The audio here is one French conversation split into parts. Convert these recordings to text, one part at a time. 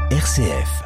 RCF.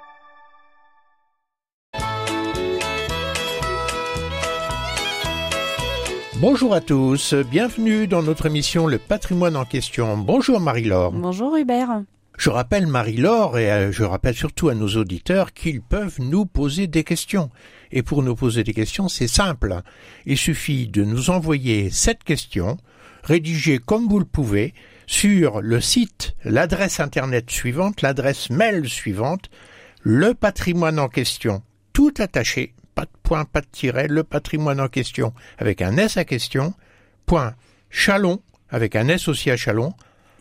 Bonjour à tous, bienvenue dans notre émission Le patrimoine en question. Bonjour Marie-Laure. Bonjour Hubert. Je rappelle Marie-Laure et je rappelle surtout à nos auditeurs qu'ils peuvent nous poser des questions. Et pour nous poser des questions, c'est simple. Il suffit de nous envoyer cette question, rédigée comme vous le pouvez, sur le site, l'adresse internet suivante, l'adresse mail suivante, le patrimoine en question, tout attaché, pas de point, pas de tiret, le patrimoine en question, avec un S à question, point Chalon, avec un S aussi à Chalon,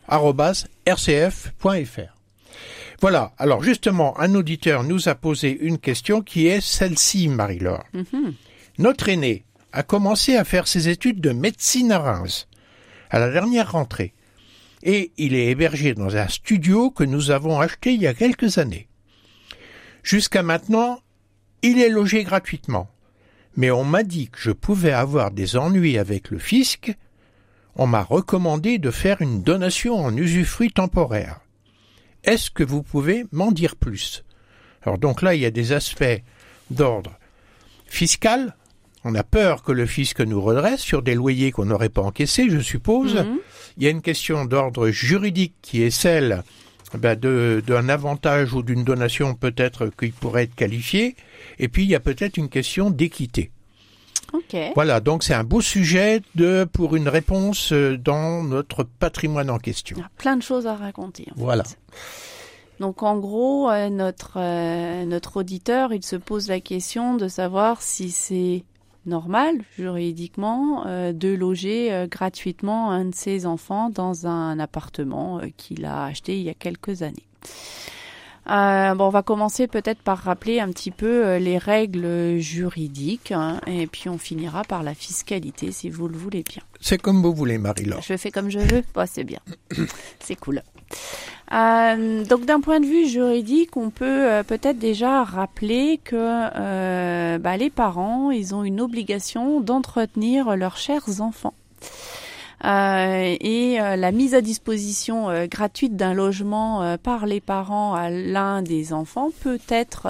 @rcf.fr. Voilà, alors justement, un auditeur nous a posé une question qui est celle-ci, Marie-Laure. Notre aîné a commencé à faire ses études de médecine à Reims, à la dernière rentrée, et il est hébergé dans un studio que nous avons acheté il y a quelques années. Jusqu'à maintenant, il est logé gratuitement, mais on m'a dit que je pouvais avoir des ennuis avec le fisc. On m'a recommandé de faire une donation en usufruit temporaire. Est-ce que vous pouvez m'en dire plus? Alors donc là, il y a des aspects d'ordre fiscal. On a peur que le fisc nous redresse sur des loyers qu'on n'aurait pas encaissés, je suppose. Il y a une question d'ordre juridique qui est celle d'un avantage ou d'une donation peut-être qui pourrait être qualifiée. Et puis il y a peut-être une question d'équité. Okay. Voilà, donc c'est un beau sujet pour une réponse dans notre patrimoine en question. Il y a plein de choses à raconter. Voilà. Fait. Donc en gros, notre auditeur, il se pose la question de savoir si c'est normal, juridiquement, de loger gratuitement un de ses enfants dans un appartement qu'il a acheté il y a quelques années. On va commencer peut-être par rappeler un petit peu les règles juridiques, et puis on finira par la fiscalité, si vous le voulez bien. C'est comme vous voulez, Marie-Laure. Je fais comme je veux. C'est bien. C'est cool. Donc d'un point de vue juridique, on peut peut-être déjà rappeler que les parents, ils ont une obligation d'entretenir leurs chers enfants. La mise à disposition gratuite d'un logement par les parents à l'un des enfants peut être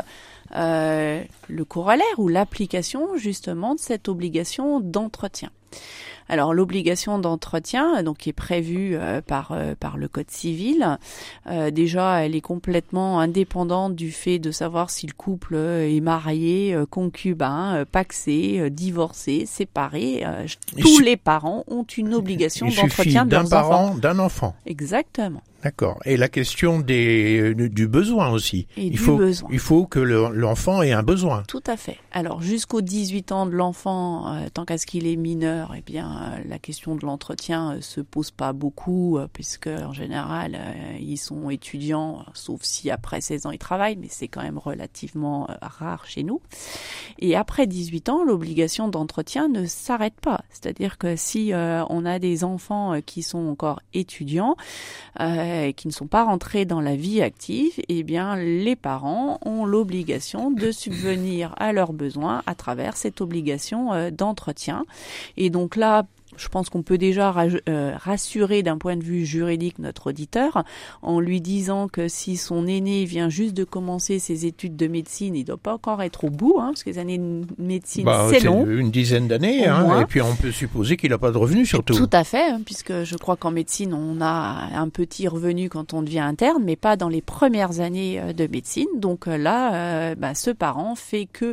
le corollaire ou l'application justement de cette obligation d'entretien. Alors l'obligation d'entretien, donc qui est prévue par le Code civil, déjà elle est complètement indépendante du fait de savoir si le couple est marié, concubin, pacsé, divorcé, séparé. Tous les parents ont une obligation d'entretien de leurs enfants. Il suffit d'un parent, d'un enfant. Exactement. D'accord. Et la question du besoin aussi. Il faut que l'enfant ait un besoin. Tout à fait. Alors jusqu'aux 18 ans de l'enfant, tant qu'à ce qu'il est mineur, la question de l'entretien se pose pas beaucoup, puisque en général ils sont étudiants, sauf si après 16 ans ils travaillent, mais c'est quand même relativement rare chez nous. Et après 18 ans, l'obligation d'entretien ne s'arrête pas. C'est-à-dire que si on a des enfants qui sont encore étudiants, qui ne sont pas rentrés dans la vie active, les parents ont l'obligation de subvenir à leurs besoins à travers cette obligation d'entretien. Et donc là, je pense qu'on peut déjà rassurer d'un point de vue juridique notre auditeur en lui disant que si son aîné vient juste de commencer ses études de médecine, il ne doit pas encore être au bout, parce que les années de médecine, c'est long. Une dizaine d'années, et puis on peut supposer qu'il n'a pas de revenus surtout. Tout à fait, puisque je crois qu'en médecine, on a un petit revenu quand on devient interne, mais pas dans les premières années de médecine. Donc là, ce parent fait que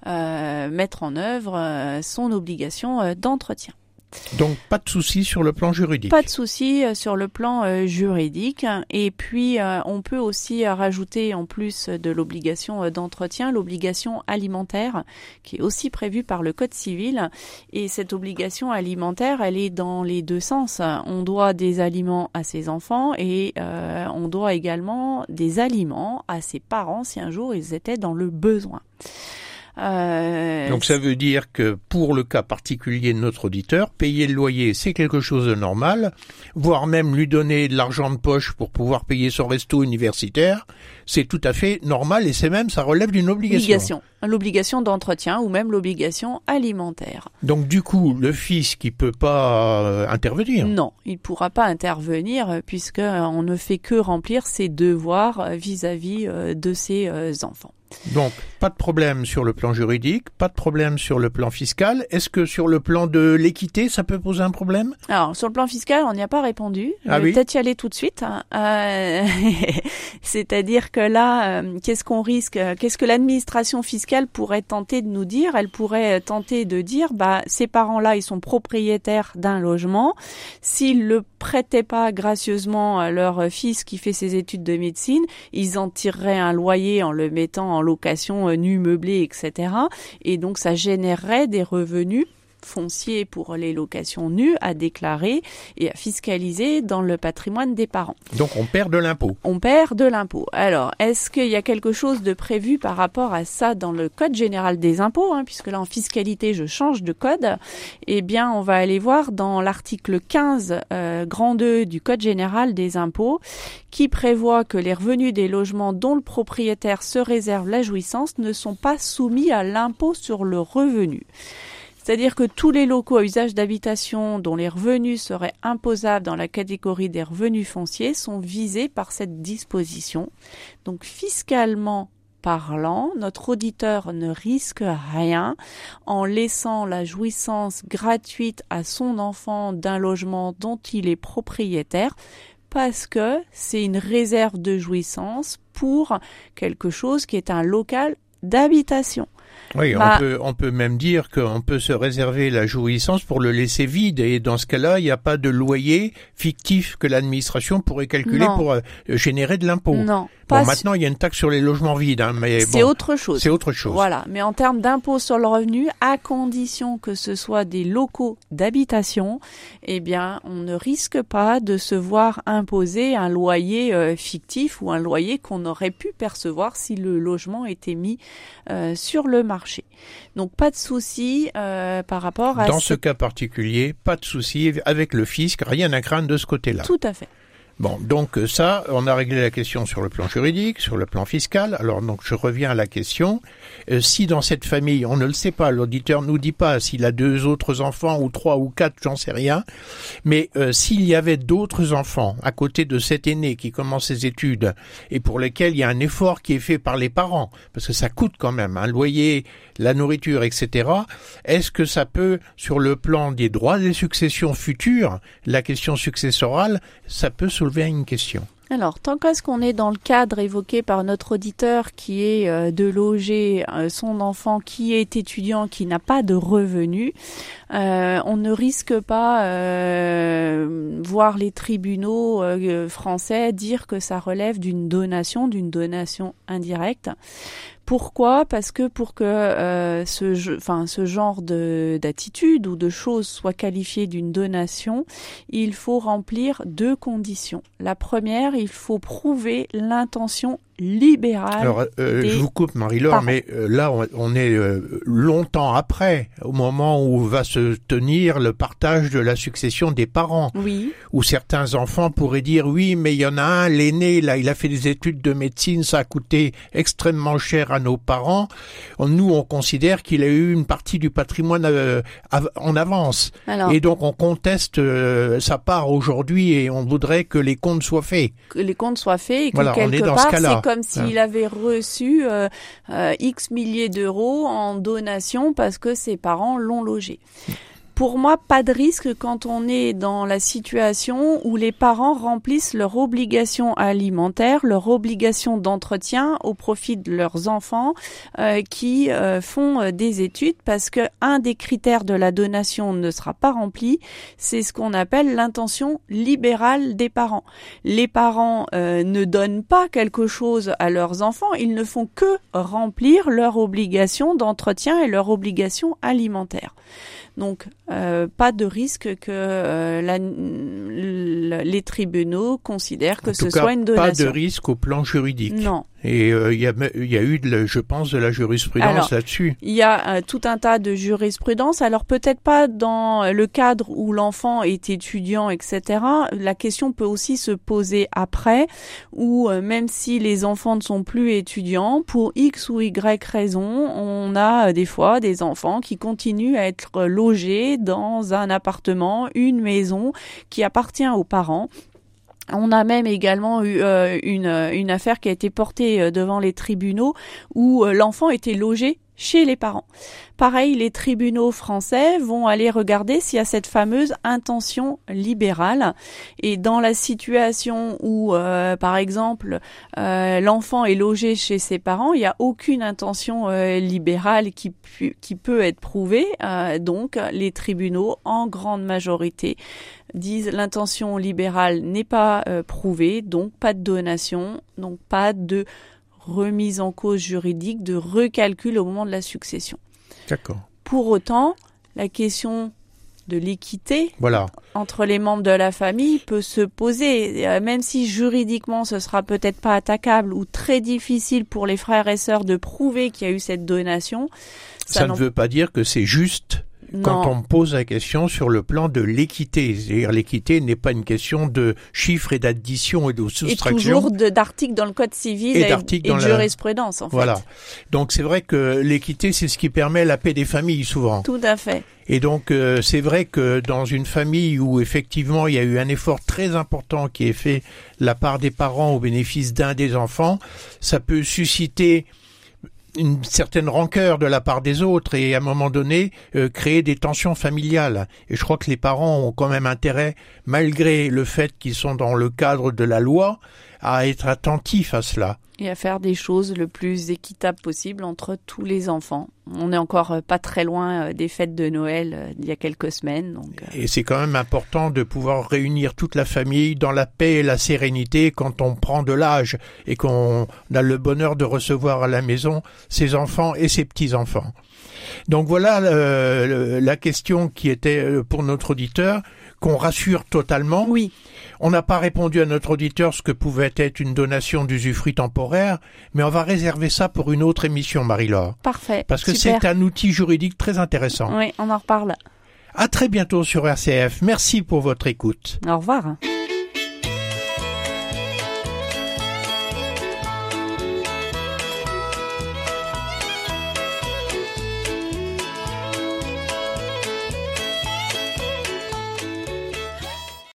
mettre en œuvre son obligation d'entretien. Donc pas de souci sur le plan juridique. Pas de souci sur le plan juridique. Et puis on peut aussi rajouter en plus de l'obligation d'entretien, l'obligation alimentaire qui est aussi prévue par le Code civil. Et cette obligation alimentaire, elle est dans les deux sens. On doit des aliments à ses enfants et on doit également des aliments à ses parents si un jour ils étaient dans le besoin. Donc ça veut dire que pour le cas particulier de notre auditeur, payer le loyer, c'est quelque chose de normal, voire même lui donner de l'argent de poche pour pouvoir payer son resto universitaire, c'est tout à fait normal et c'est même, ça relève d'une obligation. L'obligation d'entretien ou même l'obligation alimentaire. Donc du coup, le fisc, il peut pas intervenir. Non, il pourra pas intervenir puisque on ne fait que remplir ses devoirs vis-à-vis de ses enfants. Donc, pas de problème sur le plan juridique, pas de problème sur le plan fiscal. Est-ce que sur le plan de l'équité, ça peut poser un problème? Alors, sur le plan fiscal, on n'y a pas répondu. Ah Je vais oui. peut-être y aller tout de suite. C'est-à-dire que là, qu'est-ce qu'on risque? Qu'est-ce que l'administration fiscale pourrait tenter de nous dire? Elle pourrait tenter de dire, ces parents-là, ils sont propriétaires d'un logement. S'ils le prêtaient pas gracieusement à leur fils qui fait ses études de médecine, ils en tireraient un loyer en le mettant en location nu, meublé, etc. Et donc, ça générerait des revenus fonciers pour les locations nues à déclarer et à fiscaliser dans le patrimoine des parents. Donc, on perd de l'impôt. On perd de l'impôt. Alors, est-ce qu'il y a quelque chose de prévu par rapport à ça dans le Code général des impôts, puisque là, en fiscalité, je change de code. Eh bien, on va aller voir dans l'article 15, grand 2 du Code général des impôts, qui prévoit que les revenus des logements dont le propriétaire se réserve la jouissance ne sont pas soumis à l'impôt sur le revenu. C'est-à-dire que tous les locaux à usage d'habitation dont les revenus seraient imposables dans la catégorie des revenus fonciers sont visés par cette disposition. Donc fiscalement parlant, notre auditeur ne risque rien en laissant la jouissance gratuite à son enfant d'un logement dont il est propriétaire, parce que c'est une réserve de jouissance pour quelque chose qui est un local d'habitation. Oui, on peut même dire qu'on peut se réserver la jouissance pour le laisser vide et dans ce cas-là, il n'y a pas de loyer fictif que l'administration pourrait calculer pour générer de l'impôt. Non. Bon, maintenant, il y a une taxe sur les logements vides, mais c'est autre chose. C'est autre chose. Voilà. Mais en termes d'impôt sur le revenu, à condition que ce soit des locaux d'habitation, eh bien, on ne risque pas de se voir imposer un loyer fictif ou un loyer qu'on aurait pu percevoir si le logement était mis sur le marché. Donc, pas de souci par rapport à... Dans ce cas particulier, pas de souci avec le fisc, rien à craindre de ce côté-là. Tout à fait. Bon, donc ça, on a réglé la question sur le plan juridique, sur le plan fiscal. Alors donc je reviens à la question. Si dans cette famille, on ne le sait pas, l'auditeur nous dit pas s'il a 2 autres enfants ou 3 ou 4, j'en sais rien. Mais s'il y avait d'autres enfants à côté de cet aîné qui commence ses études et pour lesquels il y a un effort qui est fait par les parents, parce que ça coûte quand même, un loyer, la nourriture, etc. Est-ce que ça peut, sur le plan des droits des successions futures, la question successorale, ça peut soulever une question? Alors, tant qu'à ce qu'on est dans le cadre évoqué par notre auditeur qui est de loger son enfant qui est étudiant, qui n'a pas de revenus, on ne risque pas voir les tribunaux français dire que ça relève d'une donation indirecte. Pourquoi ? Parce que pour que ce genre d'attitude ou de choses soit qualifié d'une donation, il faut remplir 2 conditions. La première, il faut prouver l'intention libérale. Alors, je vous coupe, Marie-Laure, mais là, on est longtemps après, au moment où va se tenir le partage de la succession des parents. Oui. Où certains enfants pourraient dire, oui, mais il y en a un, l'aîné, là, il a fait des études de médecine, ça a coûté extrêmement cher à nos parents. Nous, on considère qu'il a eu une partie du patrimoine en avance. Alors, et donc, on conteste sa part aujourd'hui et on voudrait que les comptes soient faits. Que les comptes soient faits et que voilà, quelque on est dans part, ce cas-là. comme s'il avait reçu X milliers d'euros en donation parce que ses parents l'ont logé. Pour moi, pas de risque quand on est dans la situation où les parents remplissent leur obligation alimentaire, leur obligation d'entretien au profit de leurs enfants qui font des études, parce que un des critères de la donation ne sera pas rempli, c'est ce qu'on appelle l'intention libérale des parents. Les parents ne donnent pas quelque chose à leurs enfants, ils ne font que remplir leur obligation d'entretien et leur obligation alimentaire. Donc, pas de risque que les tribunaux considèrent que ce soit une donation. Pas de risque au plan juridique. Non. Et il y a eu, je pense, de la jurisprudence là-dessus. Il y a tout un tas de jurisprudence. Alors peut-être pas dans le cadre où l'enfant est étudiant, etc. La question peut aussi se poser après, où même si les enfants ne sont plus étudiants, pour X ou Y raison, on a des fois des enfants qui continuent à être logés dans un appartement, une maison qui appartient aux parents. On a même également eu une affaire qui a été portée devant les tribunaux où l'enfant était logé chez les parents. Pareil, les tribunaux français vont aller regarder s'il y a cette fameuse intention libérale. Et dans la situation où, par exemple, l'enfant est logé chez ses parents, il n'y a aucune intention libérale qui peut être prouvée. Donc, les tribunaux, en grande majorité, disent l'intention libérale n'est pas prouvée, donc pas de donation, donc pas de remise en cause juridique, de recalcul au moment de la succession. D'accord. Pour autant, la question de l'équité entre les membres de la famille peut se poser, même si juridiquement ce sera peut-être pas attaquable ou très difficile pour les frères et sœurs de prouver qu'il y a eu cette donation. Ça ne veut pas dire que c'est juste. Quand on me pose la question sur le plan de l'équité, c'est-à-dire l'équité n'est pas une question de chiffres et d'addition et de soustraction. Et toujours d'articles dans le code civil et de jurisprudence, en fait. Voilà. Donc c'est vrai que l'équité, c'est ce qui permet la paix des familles, souvent. Tout à fait. Et donc c'est vrai que dans une famille où effectivement il y a eu un effort très important qui est fait de la part des parents au bénéfice d'un des enfants, ça peut susciter une certaine rancœur de la part des autres et à un moment donné créer des tensions familiales. Et je crois que les parents ont quand même intérêt, malgré le fait qu'ils sont dans le cadre de la loi, à être attentifs à cela. Et à faire des choses le plus équitable possible entre tous les enfants. On n'est encore pas très loin des fêtes de Noël il y a quelques semaines. Donc... Et c'est quand même important de pouvoir réunir toute la famille dans la paix et la sérénité quand on prend de l'âge et qu'on a le bonheur de recevoir à la maison ses enfants et ses petits-enfants. Donc voilà la question qui était pour notre auditeur, qu'on rassure totalement. Oui. On n'a pas répondu à notre auditeur ce que pouvait être une donation d'usufruit temporaire, mais on va réserver ça pour une autre émission, Marie-Laure. Parfait. Parce que c'est un outil juridique très intéressant. Oui, on en reparle. À très bientôt sur RCF. Merci pour votre écoute. Au revoir.